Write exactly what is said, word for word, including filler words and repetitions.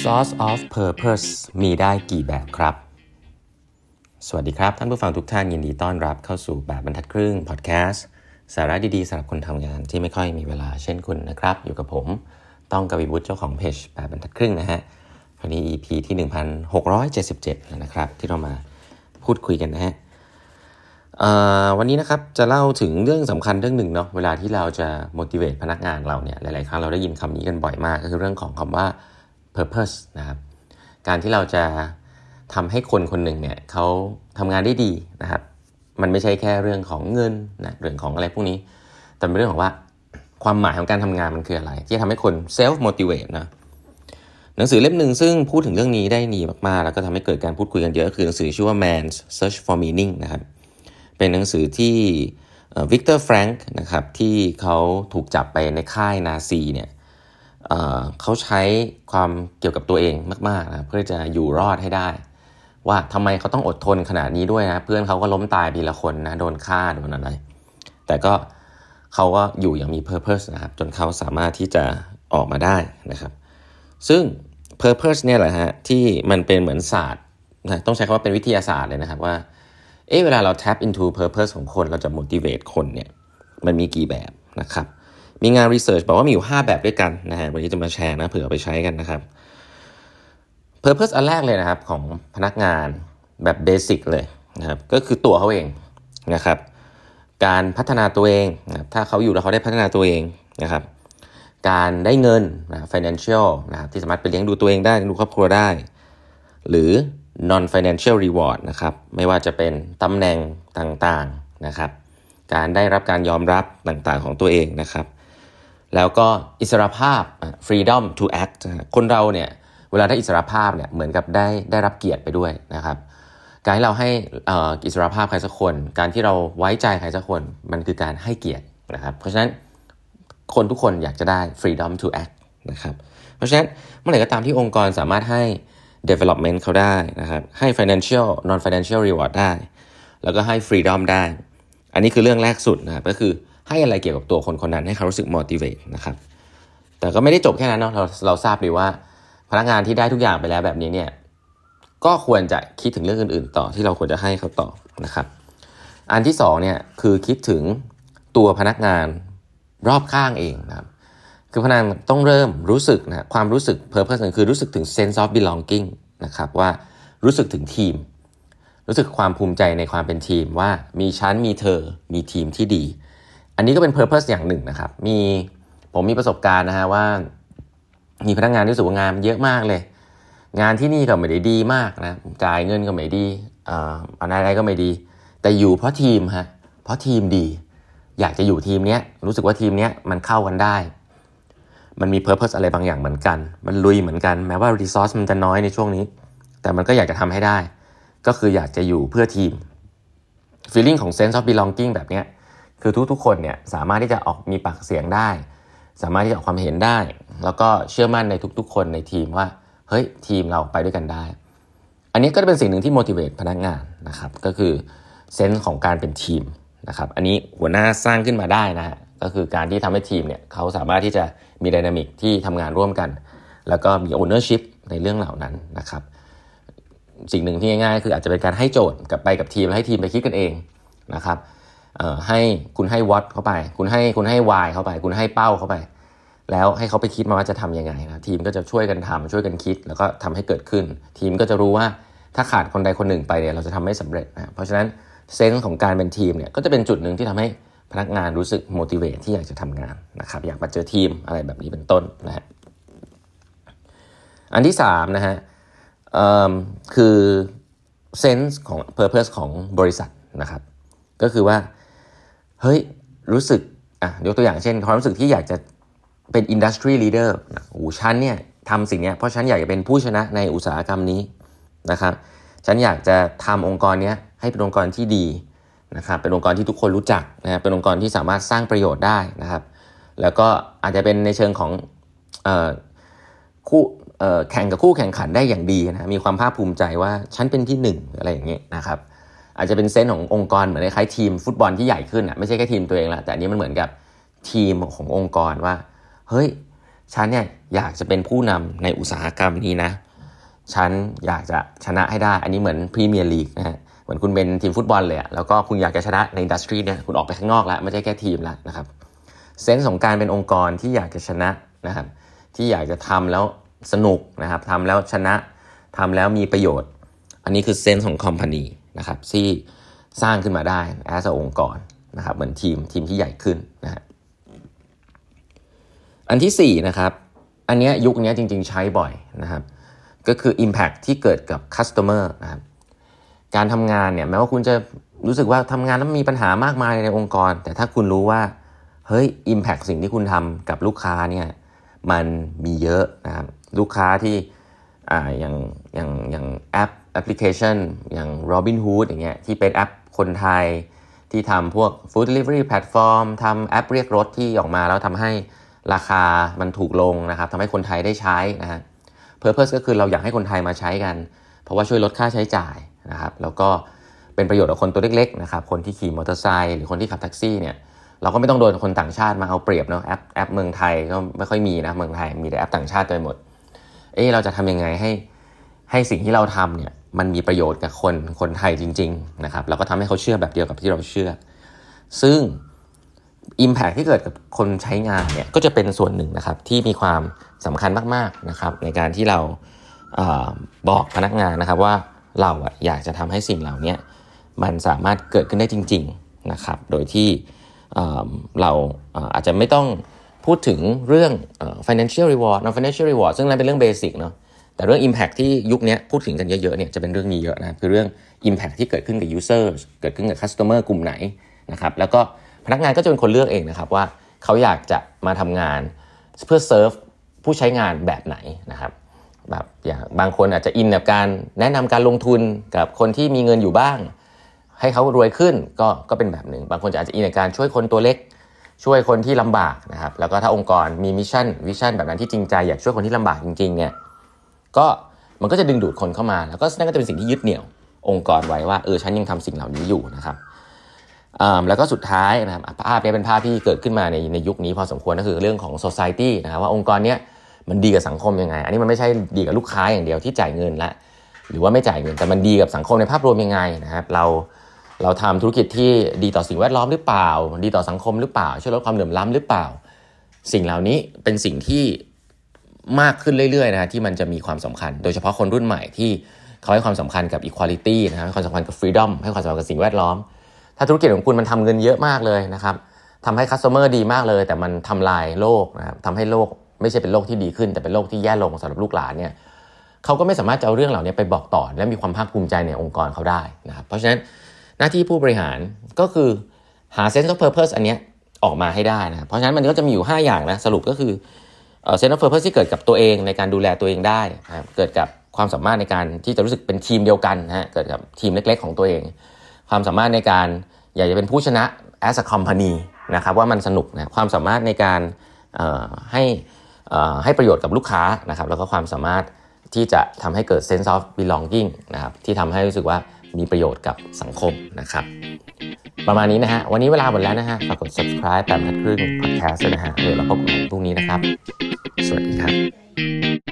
Source of Purpose มีได้กี่แบบครับสวัสดีครับท่านผู้ฟังทุกท่านยินดีต้อนรับเข้าสู่แบบบรรทัดครึ่งพอดแคสต์สาระดีๆสำหรับคนทำงานที่ไม่ค่อยมีเวลาเช่นคุณนะครับอยู่กับผมต้องกวีวุฒิเจ้าของเพจแบบบรรทัดครึ่งนะฮะวันนี้ อี พี ที่ หนึ่งพันหกร้อยเจ็ดสิบเจ็ดแล้วนะครับที่เรามาพูดคุยกันนะฮะวันนี้นะครับจะเล่าถึงเรื่องสำคัญเรื่องหนึ่งเนาะเวลาที่เราจะ motivate พนักงานเราเนี่ยหลายๆครั้งเราได้ยินคำนี้กันบ่อยมากก็คือเรื่องของคำว่า purpose นะครับการที่เราจะทำให้คนคนหนึ่งเนี่ยเขาทำงานได้ดีนะครับมันไม่ใช่แค่เรื่องของเงินนะเรื่องของอะไรพวกนี้แต่เป็นเรื่องของว่าความหมายของการทำงานมันคืออะไรที่จะทำให้คน self motivate นะหนังสือเล่มหนึ่งซึ่งพูดถึงเรื่องนี้ได้ดีมากๆแล้วก็ทำให้เกิดการพูดคุยกันเยอะคือหนังสือชื่อว่า Man's Search for Meaning นะครับเป็นหนังสือที่วิกเตอร์แฟรงค์นะครับที่เขาถูกจับไปในค่ายนาซีเนี่ยเอ่อเขาใช้ความเกี่ยวกับตัวเองมากๆนะเพื่อจะอยู่รอดให้ได้ว่าทำไมเขาต้องอดทนขนาดนี้ด้วยนะเพื่อนเขาก็ล้มตายทีละคนนะโดนฆ่าโดนอะไรแต่ก็เขาก็อยู่อย่างมี purpose นะครับจนเขาสามารถที่จะออกมาได้นะครับซึ่ง purpose เนี่ยแหละฮะที่มันเป็นเหมือนศาสตร์นะต้องใช้คำว่าเป็นวิทยาศาสตร์เลยนะครับว่าเอ๊ะเวลาเรา tap into purpose ของคนเราจะ motivate คนเนี่ยมันมีกี่แบบนะครับมีงาน research บอกว่ามีอยู่ห้าแบบด้วยกันนะฮะวันนี้จะมาแชร์นะเผื่อเอาไปใช้กันนะครับ purpose อันแรกเลยนะครับของพนักงานแบบเบสิกเลยนะครับก็คือตัวเขาเองนะครับการพัฒนาตัวเองนะถ้าเขาอยู่แล้วเขาได้พัฒนาตัวเองนะครับการได้เงินนะ financial นะครับที่สามารถไปเลี้ยงดูตัวเองได้เลี้ยงดูครอบครัวได้หรือ non financial reward นะครับไม่ว่าจะเป็นตำแหน่งต่างๆนะครับการได้รับการยอมรับต่างๆของตัวเองนะครับแล้วก็อิสรภาพ freedom to act คนเราเนี่ยเวลาได้อิสรภาพเนี่ยเหมือนกับได้ได้รับเกียรติไปด้วยนะครับการที่เราให้เอ่ออิสรภาพใครสักคนการที่เราไว้ใจใครสักคนมันคือการให้เกียรตินะครับเพราะฉะนั้นคนทุกคนอยากจะได้ freedom to act นะครับเพราะฉะนั้นเมื่อไหร่ก็ตามที่องค์กรสามารถให้ development เขาได้นะครับให้ financial non financial reward ได้แล้วก็ให้ freedom ได้อันนี้คือเรื่องแรกสุดนะครับก็คือให้อะไรเกี่ยวกับตัวคนคนนั้นให้เขารู้สึก motivate นะครับแต่ก็ไม่ได้จบแค่นั้นเนาะเราเราทราบดีว่าพนักงานที่ได้ทุกอย่างไปแล้วแบบนี้เนี่ยก็ควรจะคิดถึงเรื่องอื่นๆต่อที่เราควรจะให้เขาต่อนะครับอันที่สองเนี่ยคือคิดถึงตัวพนักงานรอบข้างเองนะครับคือพนักงานต้องเริ่มรู้สึกนะความรู้สึก purpose คือรู้สึกถึง sense of belonging นะครับว่ารู้สึกถึงทีมรู้สึกความภูมิใจในความเป็นทีมว่ามีฉันมีเธอมีทีมที่ดีอันนี้ก็เป็น purpose อย่างหนึ่งนะครับมีผมมีประสบการณ์นะฮะว่ามีพนักงานที่รู้สึกว่างานเยอะมากเลยงานที่นี่ก็ไม่ได้ดีมากนะจ่ายเงินก็ไม่ดีอ่าอะไรก็ไม่ดีแต่อยู่เพราะทีมฮะเพราะทีมดีอยากจะอยู่ทีมเนี้ยรู้สึกว่าทีมเนี้ยมันเข้ากันได้มันมี purpose อะไรบางอย่างเหมือนกันมันลุยเหมือนกันแม้ว่า resource มันจะน้อยในช่วงนี้แต่มันก็อยากจะทำให้ได้ก็คืออยากจะอยู่เพื่อทีม feeling ของ sense of belonging แบบเนี้ยคือทุกๆคนเนี่ยสามารถที่จะออกมีปากเสียงได้สามารถที่จะออกความเห็นได้แล้วก็เชื่อมั่นในทุกๆคนในทีมว่าเฮ้ยทีมเราไปด้วยกันได้อันนี้ก็จะเป็นสิ่งหนึ่งที่ motivate พนักงานนะครับก็คือเซนส์ของการเป็นทีมนะครับอันนี้หัวหน้าสร้างขึ้นมาได้นะฮะก็คือการที่ทำให้ทีมเนี่ยเขาสามารถที่จะมีไดนามิกที่ทำงานร่วมกันแล้วก็มี ownership ในเรื่องเหล่านั้นนะครับสิ่งหนึ่งที่ง่ายๆคืออาจจะเป็นการให้โจทย์กลับไปกับทีมแล้วให้ทีมไปคิดกันเองนะครับเอ่อให้คุณให้ what เข้าไปคุณให้คุณให้ why เข้าไปคุณให้เป้าเข้าไปแล้วให้เขาไปคิดมาว่าจะทำยังไงนะทีมก็จะช่วยกันทำช่วยกันคิดแล้วก็ทำให้เกิดขึ้นทีมก็จะรู้ว่าถ้าขาดคนใดคนหนึ่งไปเนี่ยเราจะทำไม่สำเร็จนะเพราะฉะนั้นเซนส์ของการเป็นทีมเนี่ยก็จะเป็นจุดหนึ่งที่ทำให้พนักงานรู้สึก motivate ที่อยากจะทำงานนะครับอยากมาเจอทีมอะไรแบบนี้เป็นต้นนะฮะอันที่สามนะฮะเอ่อคือเซนส์ของ purpose ของบริษัทนะครับก็คือว่าเฮ้ยรู้สึกอ่ะยกตัวอย่างเช่นความรู้สึกที่อยากจะเป็น industry leader นะโอ้ฉันเนี่ยทำสิ่งนี้เพราะฉันอยากจะเป็นผู้ชนะในอุตสาหกรรมนี้นะครับฉันอยากจะทำองค์กรนี้ให้เป็นองค์กรที่ดีนะครับเป็นองค์กรที่ทุกคนรู้จักนะเป็นองค์กรที่สามารถสร้างประโยชน์ได้นะครับแล้วก็อาจจะเป็นในเชิงของเอ่อคู่เอ่อแข่งกับคู่แข่งขันได้อย่างดีนะมีความภาคภูมิใจว่าฉันเป็นที่หนึ่งอะไรอย่างเงี้ยนะครับอาจจะเป็นเซนส์ขององค์กรเหมือนคล้ายๆทีมฟุตบอลที่ใหญ่ขึ้นอ่ะไม่ใช่แค่ทีมตัวเองละแต่อันนี้มันเหมือนกับทีมขององค์กรว่าเฮ้ยฉันเนี่ยอยากจะเป็นผู้นำในอุตสาหกรรมนี้นะฉันอยากจะชนะให้ได้อันนี้เหมือนพรีเมียร์ลีกนะฮะเหมือนคุณเป็นทีมฟุตบอลเลยอะแล้วก็คุณอยากจะชนะในอินดัสทรีเนี่ยคุณออกไปข้างนอกแล้วไม่ใช่แค่ทีมแล้วนะครับเซนส์ของการเป็นองค์กรที่อยากจะชนะนะครับที่อยากจะทำแล้วสนุกนะครับทำแล้วชนะทำแล้วมีประโยชน์อันนี้คือเซนส์ของคอมพานีนะครับที่สร้างขึ้นมาได้ as องค์กรนะครับเหมือนทีมทีมที่ใหญ่ขึ้นนะฮะอันที่สี่นะครับอันนี้ยุคนี้จริงๆใช้บ่อยนะครับก็คือ impact ที่เกิดกับ customer นะครับการทำงานเนี่ยแม้ว่าคุณจะรู้สึกว่าทำงานแล้วมีปัญหามากมายในองค์กรแต่ถ้าคุณรู้ว่าเฮ้ย impact สิ่งที่คุณทำกับลูกค้าเนี่ยมันมีเยอะนะครับลูกค้าที่อ่าอย่างอย่างอย่างแอปแอปพลิเคชันอย่าง Robinhood อย่างเงี้ยที่เป็นแอปคนไทยที่ทำพวก food delivery platform ทำแอปเรียกรถที่ออกมาแล้วทำให้ราคามันถูกลงนะครับทำให้คนไทยได้ใช้นะฮะ Purpose ก็คือเราอยากให้คนไทยมาใช้กันเพราะว่าช่วยลดค่าใช้จ่ายนะครับแล้วก็เป็นประโยชน์กับคนตัวเล็กๆนะครับคนที่ขี่มอเตอร์ไซค์หรือคนที่ขับแท็กซี่เนี่ยเราก็ไม่ต้องโดนคนต่างชาติมาเอาเปรียบเนาะแอปแอปเมืองไทยก็ไม่ค่อยมีนะเมืองไทยมีแต่แอปต่างชาติไปหมดเอ๊ะเราจะทำยังไงให้ให้สิ่งที่เราทำเนี่ยมันมีประโยชน์กับคนคนไทยจริงๆนะครับแล้วก็ทำให้เขาเชื่อแบบเดียวกับที่เราเชื่อซึ่ง impact ที่เกิดกับคนใช้งานเนี่ยก็จะเป็นส่วนหนึ่งนะครับที่มีความสำคัญมากๆนะครับในการที่เราเอ่อบอกพนักงานนะครับว่าเราอะอยากจะทำให้สิ่งเหล่านี้มันสามารถเกิดขึ้นได้จริงๆนะครับโดยที่เอ่อเราเอ่ออาจจะไม่ต้องพูดถึงเรื่องเอ่อ financial reward non financial reward ซึ่งนั้นเป็นเรื่องเบสิกเนาะแต่เรื่อง impact ที่ยุคนี้พูดถึงกันเยอะๆเนี่ยจะเป็นเรื่องนี้เยอะนะคือเรื่อง impact ที่เกิดขึ้นกับ user เกิดขึ้นกับ customer กลุ่มไหนนะครับแล้วก็พนักงานก็จะเป็นคนเลือกเองนะครับว่าเขาอยากจะมาทำงานเพื่อเซิร์ฟผู้ใช้งานแบบไหนนะครับแบบอย่างบางคนอาจจะอินกับการแนะนำการลงทุนกับคนที่มีเงินอยู่บ้างให้เขารวยขึ้นก็ก็เป็นแบบหนึ่งบางคนจะอาจจะอินกับการช่วยคนตัวเล็กช่วยคนที่ลำบากนะครับแล้วก็ถ้าองค์กรมีมิชชั่นวิชั่นแบบนั้นที่จริงใจอยากช่วยคนที่ลำบากจริงๆเนี่ยก็มันก็จะดึงดูดคนเข้ามาแล้วก็นั่นก็จะเป็นสิ่งที่ยึดเหนี่ยวองค์กรไว้ว่าเออฉันยังทำสิ่งเหล่านี้อยู่นะครับแล้วก็สุดท้ายนะครับภาพนี้เป็นภาพที่เกิดขึ้นมาในในยุคนี้พอสมควรก็คือเรื่องของ society นะครับว่าองค์กรเนี้ยมันดีกับสังคมยังไงอันนี้มันไม่ใช่ดีกับลูกค้าอย่างเดียวที่จ่ายเงินละหรือว่าไม่จ่ายเงินแต่มันดีกับสังคมในภาพรวมยังไงนะครับเราเราทำธุรกิจที่ดีต่อสิ่งแวดล้อมหรือเปล่าดีต่อสังคมหรือเปล่าช่วยลดความเหลื่อมล้ำหรือเปล่าสิ่งเหล่านี้เป็นสิ่งที่มากขึ้นเรื่อยๆนะฮะที่มันจะมีความสำคัญโดยเฉพาะคนรุ่นใหม่ที่เขาให้ความสำคัญกับ equality นะครับให้ความสำคัญกับ freedom ให้ความสำคัญกับสิ่งแวดล้อมถ้าธุรกิจของคุณมันทำเงินเยอะมากเลยนะครับทำให้ customer ดีมากเลยแต่มันทำลายโลกนะครับทำให้โลกไม่ใช่เป็นโลกที่ดีขึ้นแต่เป็นโลกที่แย่ลงสำหรับลูกหลานเนี่ยเขาก็ไม่สามารถจะเอาเรื่องเหล่านี้ไปบอกต่อและมีความภาคภูมิใจในองค์กรเขาได้นะครับเพราะฉะนั้นหน้าที่ผู้บริหารก็คือหา sense of purpose อันนี้ออกมาให้ได้นะเพราะฉะนั้นมันก็จะมีอยู่ห้าอย่างนะสรุปก็คือเอ่อ sense of purpose ที่เกิดกับตัวเองในการดูแลตัวเองได้นะครับเกิดกับความสามารถในการที่จะรู้สึกเป็นทีมเดียวกันนะฮะเกิดกับทีมเล็กๆของตัวเองความสามารถในการอยากจะเป็นผู้ชนะ as a company นะครับว่ามันสนุกนะความสามารถในการเอ่อให้เอ่อให้ประโยชน์กับลูกค้านะครับแล้วก็ความสามารถที่จะทำให้เกิด sense of belonging นะครับที่ทำให้รู้สึกว่ามีประโยชน์กับสังคมนะครับประมาณนี้นะฮะวันนี้เวลาหมดแล้วนะฮะฝากกด subscribe แปดบรรทัดครึ่ง podcast ด้วยนะฮะเดี๋ยวเราพบกันพรุ่งนี้นะครับสวัสดีครับ